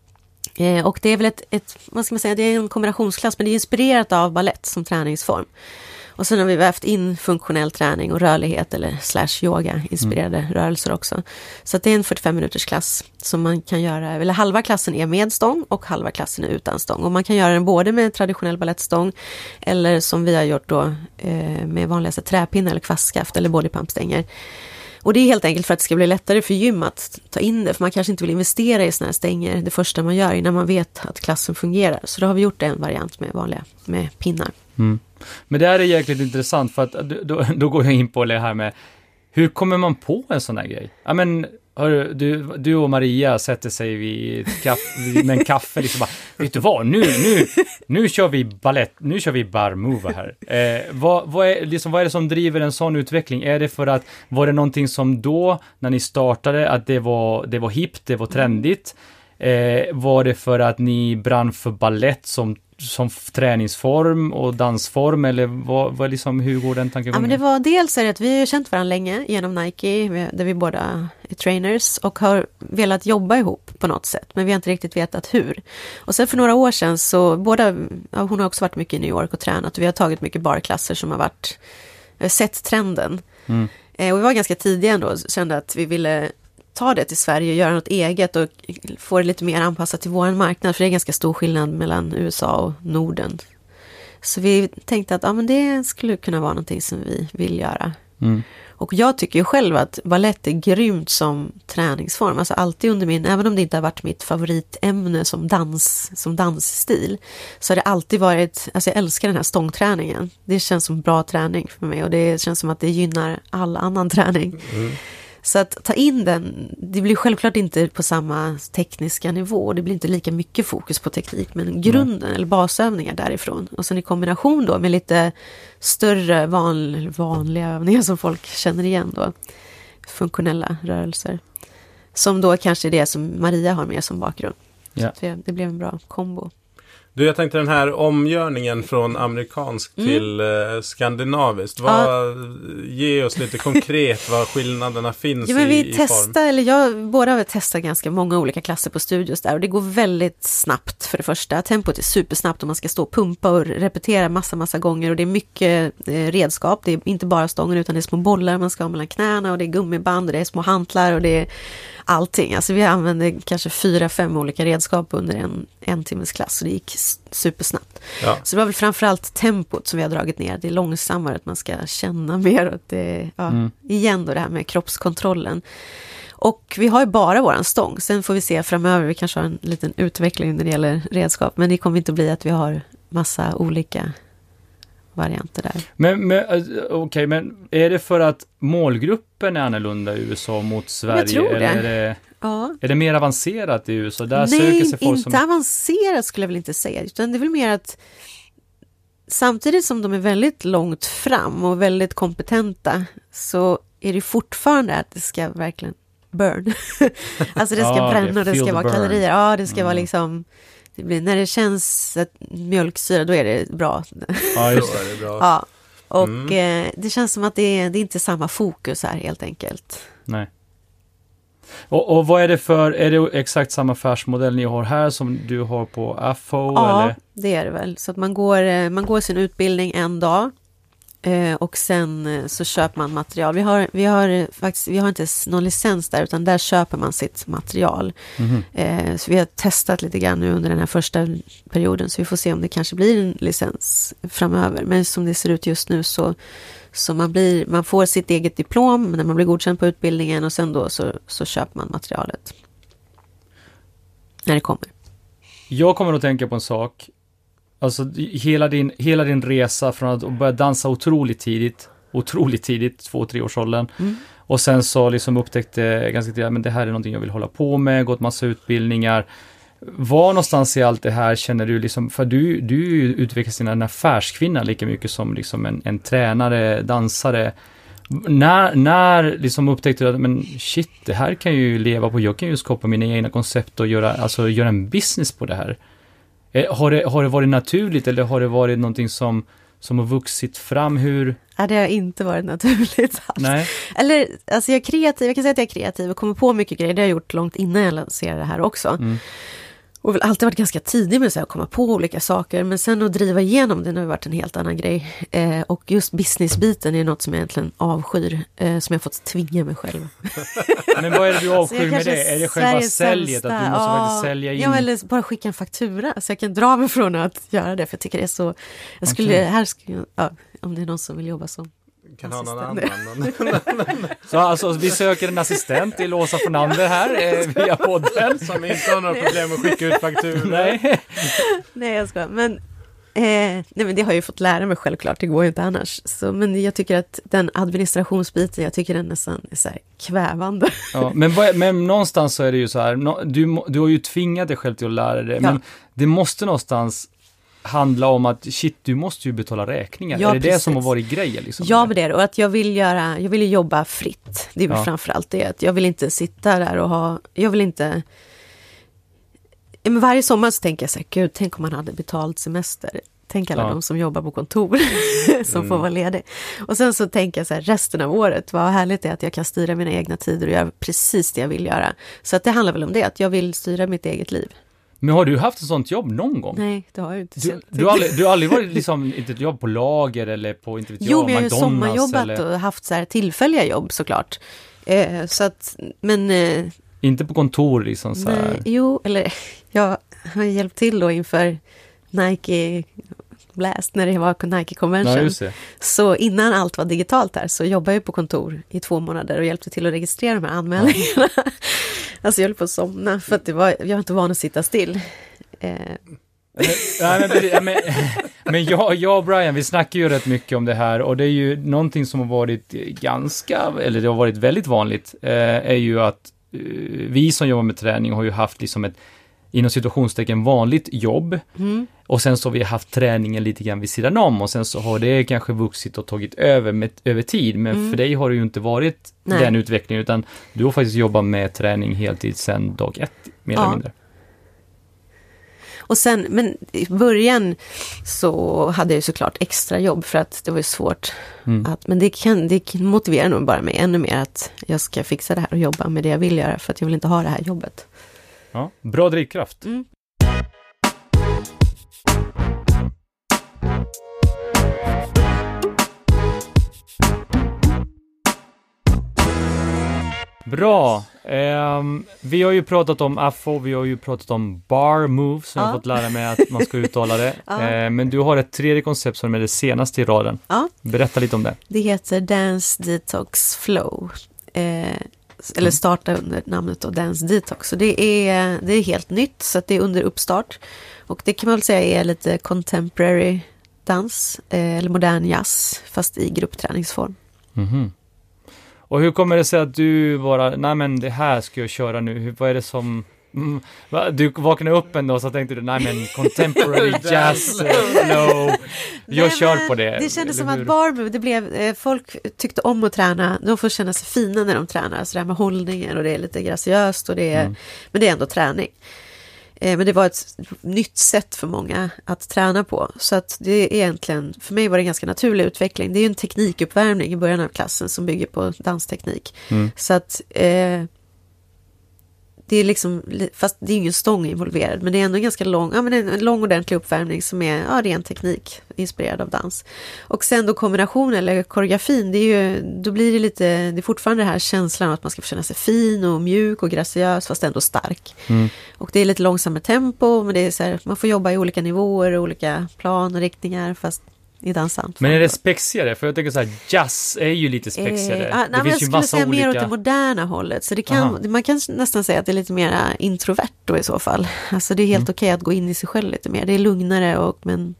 Eh, och det är väl ett, ett, vad ska man säga, det är en kombinationsklass, men det är inspirerat av ballett som träningsform. Och sen har vi vävt in funktionell träning och rörlighet eller slash yoga inspirerade mm. rörelser också. Så att det är en fyrtiofem minuters klass som man kan göra, eller halva klassen är med stång och halva klassen är utan stång. Och man kan göra den både med traditionell ballettstång eller som vi har gjort då eh, med vanligaste träpinnar eller kvastskaft eller bodypumpstänger. Och det är helt enkelt för att det ska bli lättare för gym att ta in det. För man kanske inte vill investera i såna här stänger det första man gör innan man vet att klassen fungerar. Så då har vi gjort en variant med vanliga, med pinnar. Mm. Men det här är jäkligt intressant för att då, då går jag in på det här med hur kommer man på en sån här grej? Ja, men hör, du, du och Maria sätter sig vid kaffe, med en kaffe liksom bara, vet du vad, nu, nu, nu kör vi ballett, nu kör vi bar move här. Eh, vad, vad, är, liksom, vad är det som driver en sån utveckling? Är det för att, var det någonting som då, när ni startade, att det var, det var hippt, det var trendigt? Eh, var det för att ni brann för ballett som som träningsform och dansform eller vad, vad liksom, hur går den tanken? Ja, men det var dels är det att vi har känt varandra länge genom Nike där vi båda är trainers och har velat jobba ihop på något sätt men vi har inte riktigt vetat hur. Och sen för några år sedan så båda, ja, hon har också varit mycket i New York och tränat och vi har tagit mycket barklasser som har varit, sett trenden. Mm. Eh, och vi var ganska tidiga ändå och kände att vi ville ta det till Sverige och göra något eget och få det lite mer anpassat till vår marknad för det är ganska stor skillnad mellan U S A och Norden. Så vi tänkte att ja, men det skulle kunna vara någonting som vi vill göra. Mm. Och jag tycker ju själv att ballett är grymt som träningsform. Alltså alltid under min, även om det inte har varit mitt favoritämne som dans, som dansstil, så har det alltid varit, alltså jag älskar den här stångträningen. Det känns som bra träning för mig och det känns som att det gynnar all annan träning. Mm. Så att ta in den, det blir självklart inte på samma tekniska nivå. Det blir inte lika mycket fokus på teknik. Men grunden mm. eller basövningar därifrån. Och sen i kombination då med lite större van, vanliga övningar som folk känner igen då. Funktionella rörelser. Som då kanske är det som Maria har med som bakgrund. Ja. Så det blev en bra kombo. Du, jag tänkte den här omgörningen från amerikansk mm. till eh, skandinaviskt. Vad, ja. Ge oss lite konkret vad skillnaderna finns ja, men vi i, i testar, form. Eller jag, båda har testat ganska många olika klasser på studios där. Och det går väldigt snabbt för det första. Tempot är supersnabbt och man ska stå och pumpa och repetera massa, massa gånger. Och det är mycket eh, redskap. Det är inte bara stången utan det är små bollar man ska ha mellan knäna. Och det är gummiband och det är små hantlar och det är allting. Alltså vi använde kanske fyra, fem olika redskap under en, en timmes klass. Så det gick supersnabbt. Ja. Så det var väl framförallt tempot som vi har dragit ner. Det är långsammare att man ska känna mer. Och det, ja, mm. igen då det här med kroppskontrollen. Och vi har ju bara våran stång. Sen får vi se framöver. Vi kanske har en liten utveckling när det gäller redskap. Men det kommer inte bli att vi har massa olika varianter där. Men, men okej, okay, men är det för att målgruppen är annorlunda i U S A mot Sverige? Jag tror det. Eller är det, ja. är det mer avancerat i U S A? Där Nej, söker sig folk inte som... avancerat skulle jag väl inte säga. Utan det är väl mer att samtidigt som de är väldigt långt fram och väldigt kompetenta så är det fortfarande att det ska verkligen burn. Alltså det ska ja, bränna, det, det ska vara burn. kalorier. Ja, det ska mm. vara liksom... Det blir, när det känns att mjölksyra, då är det bra. Ja, just det. Det är bra. Ja. Och mm. eh, det känns som att det är, det är inte samma fokus här helt enkelt. Nej. Och, och vad är det för, är det exakt samma affärsmodell ni har här som du har på A F O? Ja, eller? Det är det väl. Så att man går, man går sin utbildning en dag. Eh, och sen eh, så köper man material. Vi har, vi har faktiskt vi har inte någon licens där utan där köper man sitt material. Mm-hmm. Eh, så vi har testat lite grann nu under den här första perioden så vi får se om det kanske blir en licens framöver. Men som det ser ut just nu så, så man, blir, man får sitt eget diplom när man blir godkänd på utbildningen och sen då så, så köper man materialet. När det kommer. Jag kommer att tänka på en sak. Alltså hela din, hela din resa från att börja dansa otroligt tidigt otroligt tidigt, två, tre års åldern. Mm. Och sen så liksom upptäckte jag ganska tidigt, men det här är någonting jag vill hålla på med, gått massa utbildningar. Var någonstans i allt det här känner du liksom, för du, du utvecklas till en affärskvinna lika mycket som liksom en, en tränare, dansare. När, när liksom upptäckte du att men shit, det här kan jag ju leva på, jag kan ju skapa mina egna koncept och göra, alltså, göra en business på det här. Eh, har, det, har det varit naturligt eller har det varit någonting som, som har vuxit fram? Hur? Ja, det har inte varit naturligt alls. Nej. Eller, alltså jag är kreativ, jag kan säga att jag är kreativ och kommer på mycket grejer, det har jag gjort långt innan jag lanserade det här också. Mm. Och väl alltid varit ganska tidig med så här, att komma på olika saker. Men sen att driva igenom det har varit en helt annan grej. Eh, och just businessbiten är något som jag egentligen avskyr. Eh, som jag fått tvinga mig själv. Men vad är det du avskyr med det? Är det själva säljet? Att du måste ja, faktiskt sälja in? Ja, eller bara skicka en faktura. Så jag kan dra mig från att göra det. För jag tycker det är så... Jag skulle, okay. här skulle jag, ja, om det är någon som vill jobba som... Kan ha någon annan. Så alltså, vi söker en assistent till Åsa Fornander här eh, via podden. Som inte har några problem att skicka ut fakturor. Nej. Nej, jag ska. Men, eh, nej, men det har jag ju fått lära mig självklart. Det går ju inte annars. Så, men jag tycker att den administrationsbiten, jag tycker den nästan är så här kvävande. Ja, men, men någonstans så är det ju så här. Du, du har ju tvingat dig själv till att lära dig. Ja. Men det måste någonstans... handla om att shit, du måste ju betala räkningar. Ja, är det precis. Det som har varit grejen? Liksom? Ja, men det är det. Och att jag vill göra, jag vill jobba fritt. Det är väl ja. framförallt det. Att jag vill inte sitta där och ha, jag vill inte... Men varje sommar så tänker jag så här, gud, tänk om man hade betalt semester. Tänk alla ja. de som jobbar på kontor som mm. får vara ledig. Och sen så tänker jag så här, resten av året, vad härligt det är att jag kan styra mina egna tider och göra precis det jag vill göra. Så att det handlar väl om det, att jag vill styra mitt eget liv. Men har du haft ett sånt jobb någon gång? Nej, det har jag inte. Du, du, har, aldrig, du har aldrig varit liksom, inte ett jobb på lager eller på inte vet jag, jo, men jag har ju sommarjobbat eller... och haft så här tillfälliga jobb såklart. Eh, så att, men... Eh, inte på kontor liksom så här. Nej, jo, eller jag har hjälpt till då inför Nike Blast när det var på Nike Convention. Ja, så innan allt var digitalt här så jobbade jag på kontor i två månader och hjälpte till att registrera de här anmälningarna. Ja. Alltså jag höll på att somna för att det var, jag var inte van att sitta still. Eh. Nej, men, men, men jag, jag och Brian, vi snackar ju rätt mycket om det här och det är ju någonting som har varit ganska, eller det har varit väldigt vanligt, eh, är ju att eh, vi som jobbar med träning har ju haft liksom ett inom situationstecken vanligt jobb mm. och sen så har vi haft träningen lite grann vid sidan om och sen så har det kanske vuxit och tagit över med, över tid, men mm. för dig har det ju inte varit Nej. den utvecklingen utan du har faktiskt jobbat med träning heltid sedan dag ett mer ja. eller mindre. Och sen, men i början så hade jag såklart extra jobb för att det var ju svårt mm. att, men det kan, det motiverar nog bara mig ännu mer att jag ska fixa det här och jobba med det jag vill göra för att jag vill inte ha det här jobbet. Ja, bra drivkraft. Mm. Bra. Um, vi har ju pratat om A F O, vi har ju pratat om bar move som ja. jag har fått lära mig att man ska uttala det. ja. uh, men du har ett tredje koncept som är det senaste i raden. Ja. Berätta lite om det. Det heter Dance Detox Flow. Uh, eller starta under namnet då, Dance Detox. Så det är, det är helt nytt så att det är under uppstart. Och det kan man väl säga är lite contemporary dans eh, eller modern jazz fast i gruppträningsform. Mm-hmm. Och hur kommer det sig att du bara, nej men det här ska jag köra nu. Hur, vad är det som... Mm, va? Du vaknade upp ändå och så tänkte du, nej men contemporary jazz, no, jag nej, kör på det. Det kändes som att barbell, det blev, eh, folk tyckte om att träna, de får känna sig fina när de tränar, så det här med hållningen och det är lite graciöst och det är, mm. men det är ändå träning. Eh, men det var ett nytt sätt för många att träna på, så att det är egentligen, för mig var det en ganska naturlig utveckling. Det är ju en teknikuppvärmning i början av klassen som bygger på dansteknik. Mm. Så att eh, det är liksom, fast det är ingen stång involverad, men det är ändå en ganska lång, ja men en lång ordentlig uppvärmning som är ja, ren teknik inspirerad av dans. Och sen då kombination eller koreografin, det är ju, då blir det lite, det är fortfarande den här känslan att man ska få känna sig fin och mjuk och graciös fast ändå stark. Mm. Och det är lite långsammare tempo, men det är så här, man får jobba i olika nivåer och olika plan och riktningar fast i dansen. Men är det spexigare? För jag tänker så här, jazz är ju lite spexigare. Eh, ah, det nej, finns jag ju massa säga olika... mer åt det moderna hållet. Så det kan, man kan nästan säga att det är lite mer introvert då i så fall. Alltså det är helt mm. okej att gå in i sig själv lite mer. Det är lugnare och men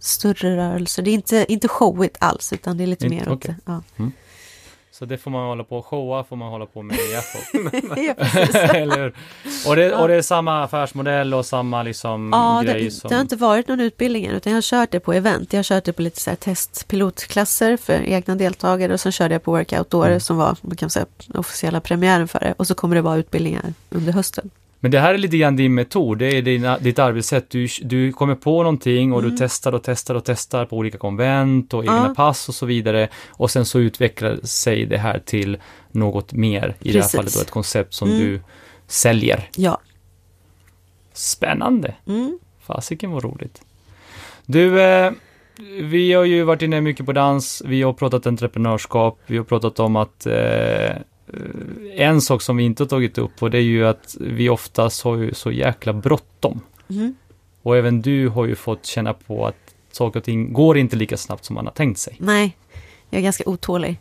större rörelser. Det är inte, inte showigt alls, utan det är lite inte, mer okay. åt, ja. Mm. Så det får man hålla på och showa, får man hålla på med i Afro. Ja, precis. Eller hur? Och det, ja. och det är samma affärsmodell och samma liksom ja, grej det, som... det har inte varit någon utbildning utan jag har kört det på event. Jag har kört det på lite så här testpilotklasser för egna deltagare och sen körde jag på workout-året mm. som var, man kan säga, officiella premiären för det. Och så kommer det vara utbildningar under hösten. Men det här är lite grann din metod, det är din, ditt arbetssätt. Du, du kommer på någonting och mm. du testar och testar och testar på olika konvent och egna ja. pass och så vidare. Och sen så utvecklar sig det här till något mer, i Precis. det här fallet då ett koncept som mm. du säljer. Ja. Spännande. Mm. Fasiken var roligt. Du, eh, vi har ju varit inne mycket på dans, vi har pratat entreprenörskap, vi har pratat om att... Eh, en sak som vi inte har tagit upp och det är ju att vi oftast har ju så jäkla bråttom. Mm. Och även du har ju fått känna på att saker och ting går inte lika snabbt som man har tänkt sig. Nej, jag är ganska otålig.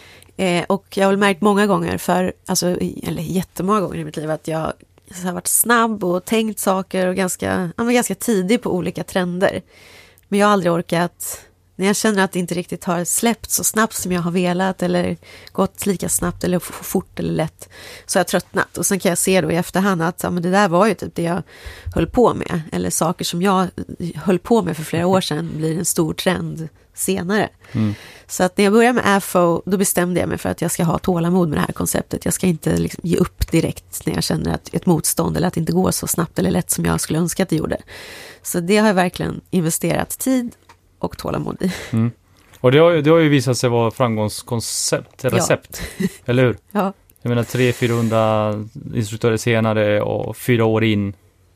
Eh, och jag har märkt många gånger, för, alltså, eller jättemånga gånger i mitt liv, att jag har varit snabb och tänkt saker och ganska, ja, men ganska tidig på olika trender. Men jag har aldrig orkat... När jag känner att det inte riktigt har släppt så snabbt som jag har velat eller gått lika snabbt eller fort eller lätt, så har jag tröttnat. Och sen kan jag se då i efterhand att ja, men det där var ju typ det jag höll på med. Eller saker som jag höll på med för flera år sedan blir en stor trend senare. Mm. Så att när jag började med A F O, då bestämde jag mig för att jag ska ha tålamod med det här konceptet. Jag ska inte liksom ge upp direkt när jag känner att ett motstånd eller att det inte går så snabbt eller lätt som jag skulle önska att det gjorde. Så det har jag verkligen investerat tid och tålamod i. Mm. Och det har, ju, det har ju visat sig vara framgångskoncept, recept, ja. Eller hur? Ja. Jag menar tre fyrahundra instruktörer senare och fyra år in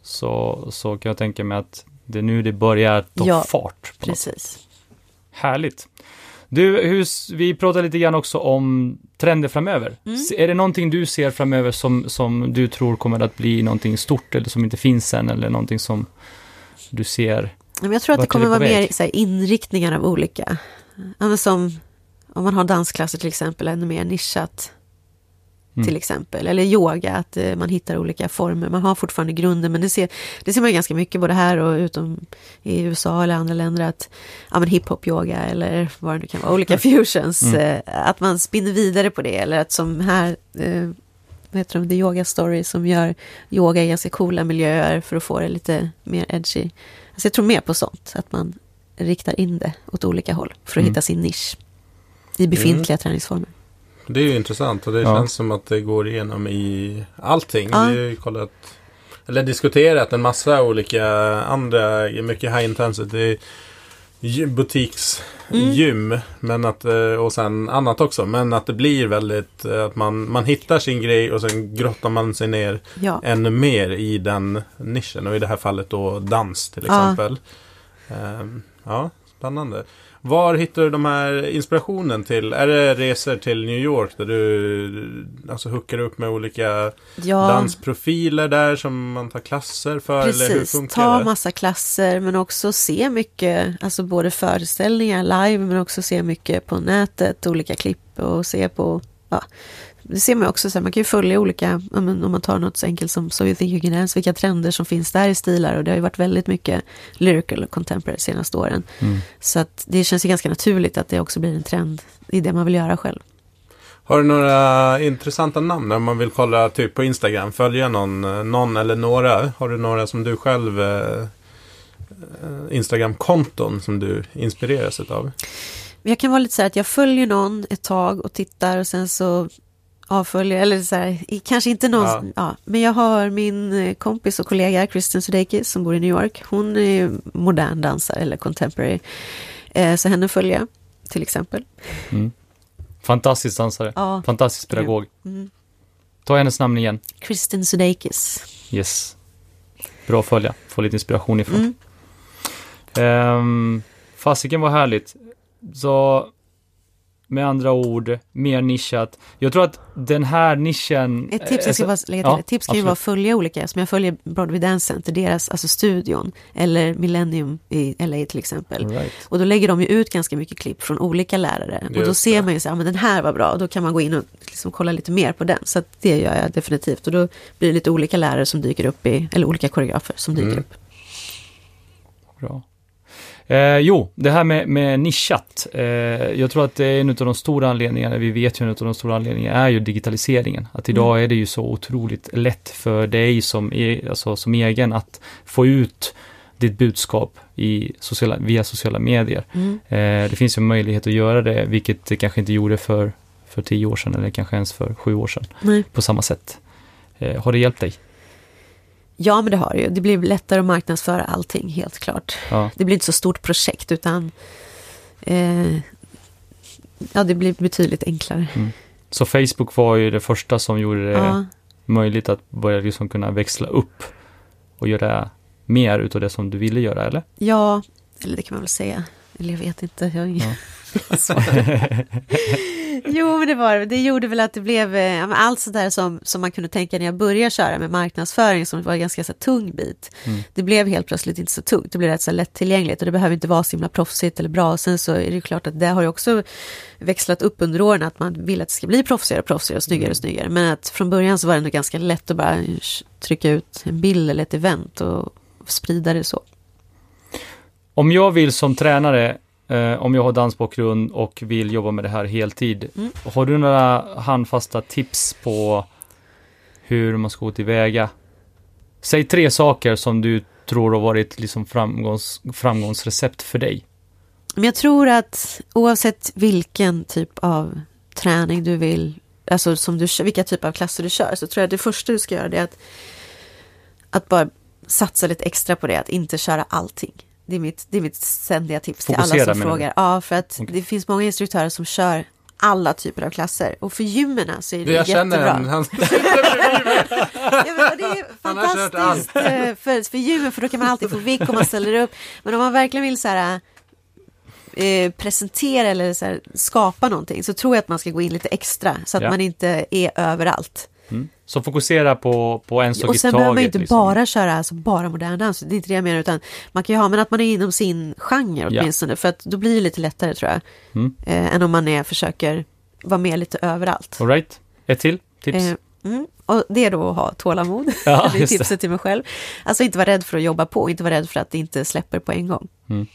så, så kan jag tänka mig att det är nu det börjar ta ja, fart. Precis. Härligt. Du, hur, vi pratar lite grann också om trender framöver. Mm. Är det någonting du ser framöver som, som du tror kommer att bli någonting stort eller som inte finns än eller någonting som du ser? Jag tror att det kommer vara mer så här, inriktningar av olika. Som om man har dansklasser till exempel, ännu mer nischat mm. till exempel. Eller yoga, att eh, man hittar olika former. Man har fortfarande grunden, men det ser, det ser man ju ganska mycket både här och utom i U S A eller andra länder. Att ja, men hiphop-yoga eller vad det nu kan vara, olika fusions. Mm. Eh, att man spinner vidare på det. Eller att som här... Eh, vad heter de, The Yoga Story, som gör yoga i ganska coola miljöer för att få det lite mer edgy. Alltså jag tror mer på sånt, att man riktar in det åt olika håll för att mm. hitta sin nisch i befintliga mm. träningsformer. Det är ju intressant och det ja. känns som att det går igenom i allting. Ja. Vi har ju kollat, eller diskuterat en massa olika andra, mycket high intensity butiksgym mm. men att, och sen annat också, men att det blir väldigt att man, man hittar sin grej och sen grottar man sig ner ja. ännu mer i den nischen och i det här fallet då dans till exempel. Ja, um, ja spännande. Var hittar du de här inspirationen till? Är det resor till New York där du alltså hookar upp med olika ja. dansprofiler där som man tar klasser för? Precis, eller hur funkar ta det? massa klasser men också se mycket, alltså både föreställningar live men också se mycket på nätet, olika klipp och se på, ja, det ser man också så här, man kan ju följa olika, om man tar något så enkelt som So You Think You Can Dance, vilka trender som finns där i stilar, och det har ju varit väldigt mycket lyrical och contemporary de senaste åren. Mm. Så att det känns ju ganska naturligt att det också blir en trend i det man vill göra själv. Har du några intressanta namn när man vill kolla typ på Instagram, följa någon, någon eller några? Har du några som du själv eh, Instagram-konton som du inspireras av? Jag kan vara lite så här att jag följer någon ett tag och tittar och sen så avföljer, eller så här, kanske inte någon, ja. Ja, men jag har min kompis och kollega Kristen Sudeikis som bor i New York. Hon är modern dansare eller contemporary. Eh, så henne följer jag till exempel. Mm. Fantastisk dansare. Ja. Fantastisk pedagog. Mm. Ta hennes namn igen. Kristen Sudeikis. Yes. Bra att följa. Få lite inspiration ifrån. Mm. Um, fasiken var härligt. Så med andra ord, mer nischat. Jag tror att den här nischen... Ett tips, jag ska bara lägga till. Ja, ett tips kan absolut. ju vara att följa olika. Som jag följer Broadway Dance Center, deras alltså studion. Eller Millennium i L A till exempel. Right. Och då lägger de ju ut ganska mycket klipp från olika lärare. Just och då ser det. man ju så här, men den här var bra. Och då kan man gå in och liksom kolla lite mer på den. Så att det gör jag definitivt. Och då blir det lite olika lärare som dyker upp i... Eller olika koreografer som dyker mm. upp. Bra. Eh, jo, det här med, med nischat. Eh, jag tror att det är en av de stora anledningarna, vi vet ju en av de stora anledningarna är ju digitaliseringen. Att idag mm. är det ju så otroligt lätt för dig som, e, alltså, som egen att få ut ditt budskap i sociala, via sociala medier. Mm. Eh, det finns ju möjlighet att göra det, vilket det kanske inte gjorde för, för tio år sedan eller kanske ens för sju år sedan. Mm. På samma sätt. Eh, har det hjälpt dig? Ja, men det har det ju. Det blir lättare att marknadsföra allting, helt klart. Ja. Det blir inte så stort projekt, utan eh, ja, det blir betydligt enklare. Mm. Så Facebook var ju det första som gjorde det ja. möjligt att börja liksom kunna växla upp och göra mer utav det som du ville göra, eller? Ja, eller det kan man väl säga. Eller jag vet inte. Jag ja. Jo, men det var det. gjorde väl att det blev ja, allt sådär som, som man kunde tänka när jag började köra med marknadsföring, som var en ganska så tung bit. Mm. Det blev helt plötsligt inte så tungt. Det blev rätt så lättillgängligt och det behöver inte vara så himla proffsigt eller bra. Sen så är det klart att det har ju också växlat upp under åren att man vill att det ska bli proffsigare och proffsigare och snyggare och snyggare. Men att från början så var det ändå ganska lätt att bara trycka ut en bild eller ett event och sprida det så. Om jag vill som tränare, eh, om jag har dansbakgrund och vill jobba med det här heltid, mm. har du några handfasta tips på hur man ska gå tillväga? Säg tre saker som du tror har varit liksom framgångs, framgångsrecept för dig. Men jag tror att oavsett vilken typ av träning du vill, alltså som du, vilka typ av klasser du kör, så tror jag att det första du ska göra det är att, att bara satsa lite extra på det, att inte köra allting. Det är mitt, det är mitt ständiga tips Fokusera, till alla som frågar. Ja, för att okay. det finns många instruktörer som kör alla typer av klasser. Och för gymmerna så är det jag jättebra. Känner en, han... ja, men det är fantastiskt för, för gymmen, för då kan man alltid få vick om man ställer upp. Men om man verkligen vill så här, eh, presentera eller så här, skapa någonting, så tror jag att man ska gå in lite extra så att ja. man inte är överallt. Mm. Så fokusera på, på en sak i taget. Och sen behöver man ju inte liksom. bara köra alltså bara modern dans. Det är inte det jag menar, utan man kan ju ha, men att man är inom sin genre åtminstone. Ja. För att då blir det lite lättare, tror jag. Mm. Eh, än om man är, försöker vara med lite överallt. All right. Ett till tips. Eh, mm. Och det är då att ha tålamod. Ja, det är tipset det. till mig själv. Alltså inte vara rädd för att jobba på. Inte vara rädd för att det inte släpper på en gång. Mm.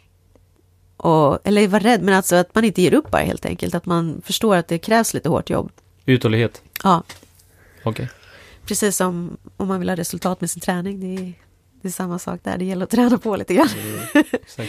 Och, eller vara rädd, men alltså att man inte ger upp bara helt enkelt. Att man förstår att det krävs lite hårt jobb. Uthållighet. Ja. Okay. Precis som om man vill ha resultat med sin träning. Det är, det är samma sak där. Det gäller att träna på lite grann. Mm, exakt.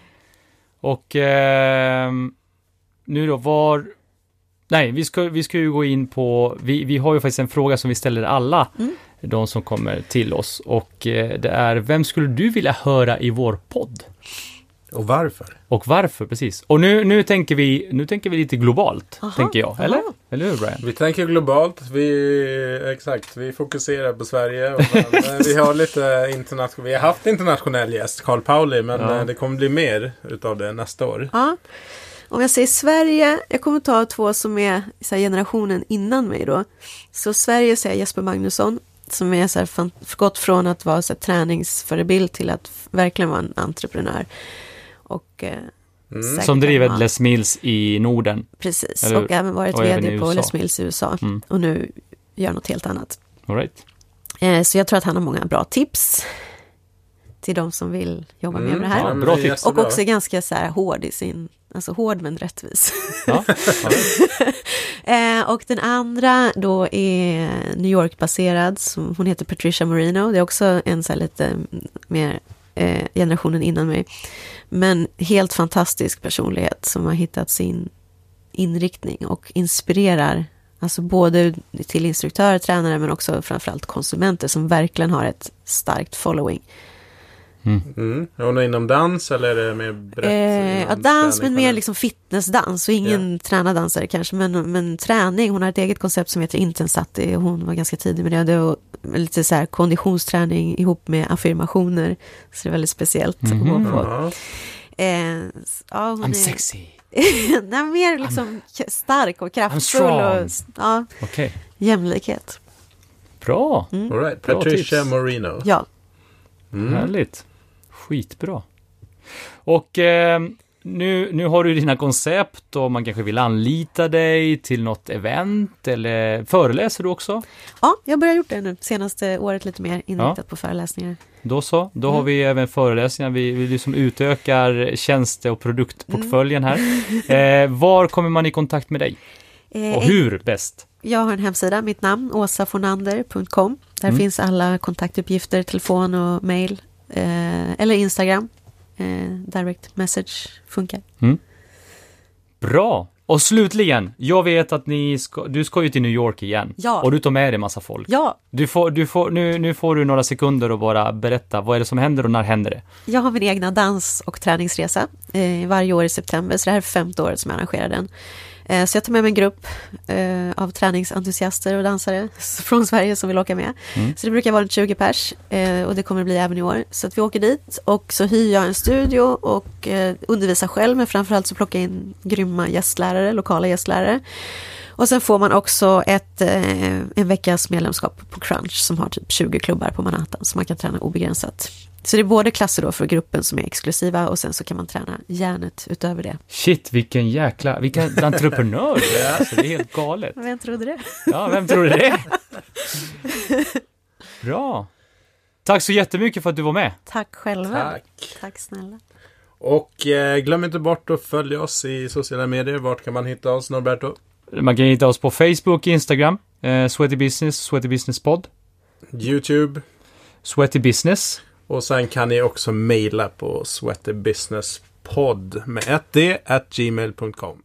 Och eh, nu då, var... Nej, vi ska, vi ska ju gå in på... Vi, vi har ju faktiskt en fråga som vi ställer alla. Mm. De som kommer till oss. Och eh, det är, vem skulle du vilja höra i vår podd? Och varför? Och varför, precis. Och nu, nu, tänker, vi, nu tänker vi lite globalt, aha, tänker jag. Eller? Aha. Eller hur, Brian? Vi tänker globalt. Vi, exakt, vi fokuserar på Sverige. Och men, vi har lite internationell... Vi har haft internationell gäst, Carl Pauli, men ja. det kommer bli mer utav det nästa år. Ja. Om jag säger Sverige, jag kommer ta två som är så här, generationen innan mig då. Så Sverige säger Jesper Magnusson, som är så här, fan, gått från att vara så här, träningsförebild till att verkligen vara en entreprenör. Och, eh, mm. Som driver man... Les Mills i Norden. Precis, och även varit och vd även på Les Mills i U S A. Mm. Och nu gör något helt annat. All right. eh, Så jag tror att han har många bra tips till de som vill jobba mm. med det här. Ja, bra tips. Och också ganska så här, hård i sin... Alltså hård men rättvis. Ja. eh, och den andra då är New York-baserad. Som, hon heter Patricia Moreno. Det är också en så här lite mer eh, generationen innan mig. Men helt fantastisk personlighet som har hittat sin inriktning och inspirerar alltså både till instruktörer, tränare, men också framförallt konsumenter som verkligen har ett starkt following. Mm. Mm. Är hon inom dans eller är det mer brett? Eh, ja, dans, men mer liksom fitnessdans och ingen yeah. tränardansare kanske, men, men träning. Hon har ett eget koncept som heter Intensati. Hon var ganska tidig med det. Det var lite så här konditionsträning ihop med affirmationer. Så det är väldigt speciellt mm-hmm. att gå på. Ja. Eh, ja, hon I'm är... sexy. Nej, mer liksom I'm... stark och kraftfull. Och, ja, okay. jämlikhet. Bra. Mm. All right. Patricia Moreno. Ja. Mm. Härligt. Skitbra. Och eh, nu, nu har du dina koncept och man kanske vill anlita dig till något event eller föreläser du också? Ja, jag har börjat gjort det nu senaste året lite mer inriktat ja. på föreläsningar. Då så, då mm. har vi även föreläsningar. Vi, vi liksom utökar tjänste- och produktportföljen här. Mm. Eh, var kommer man i kontakt med dig? Eh, och hur bäst? Jag har en hemsida, mitt namn, åsa fornander punkt com. Där mm. finns alla kontaktuppgifter, telefon och mail. Eh, eller Instagram. Eh, direct message funkar. Mm. Bra! Och slutligen, jag vet att ni ska, du ska ju till New York igen. Ja. Och du tar med dig massa folk. Ja. Du får, du får, nu, nu får du några sekunder och bara berätta, vad är det som händer och när händer det? Jag har min egna dans- och träningsresa eh, varje år i september. Så det här är femte året som jag arrangerar den. Eh, så jag tar med mig en grupp eh, av träningsentusiaster och dansare från Sverige som vill åka med. Mm. Så det brukar vara tjugo pers eh, och det kommer att bli även i år. Så att vi åker dit och så hyr jag en studio och eh, undervisar själv. Men framförallt så plockar jag in grymma gästlärare, lokala gästlärare. Och sen får man också ett, eh, en veckas medlemskap på Crunch som har typ tjugo klubbar på Manhattan. Så man kan träna obegränsat. Så det är både klasser då för gruppen som är exklusiva och sen så kan man träna hjärnet utöver det. Shit, vilken jäkla, vilken entreprenör det är. Alltså, det är helt galet. Vem trodde det? Ja, vem trodde det? Bra. Tack så jättemycket för att du var med. Tack själva. Tack. Tack snälla. Och eh, glöm inte bort att följa oss i sociala medier. Vart kan man hitta oss, Norberto? Man kan hitta oss på Facebook, Instagram, eh, Sweaty Business, Sweaty Business Pod. YouTube. Sweaty Business. Och sen kan ni också mejla på sweatybusinesspodd med ett d at gmail punkt com.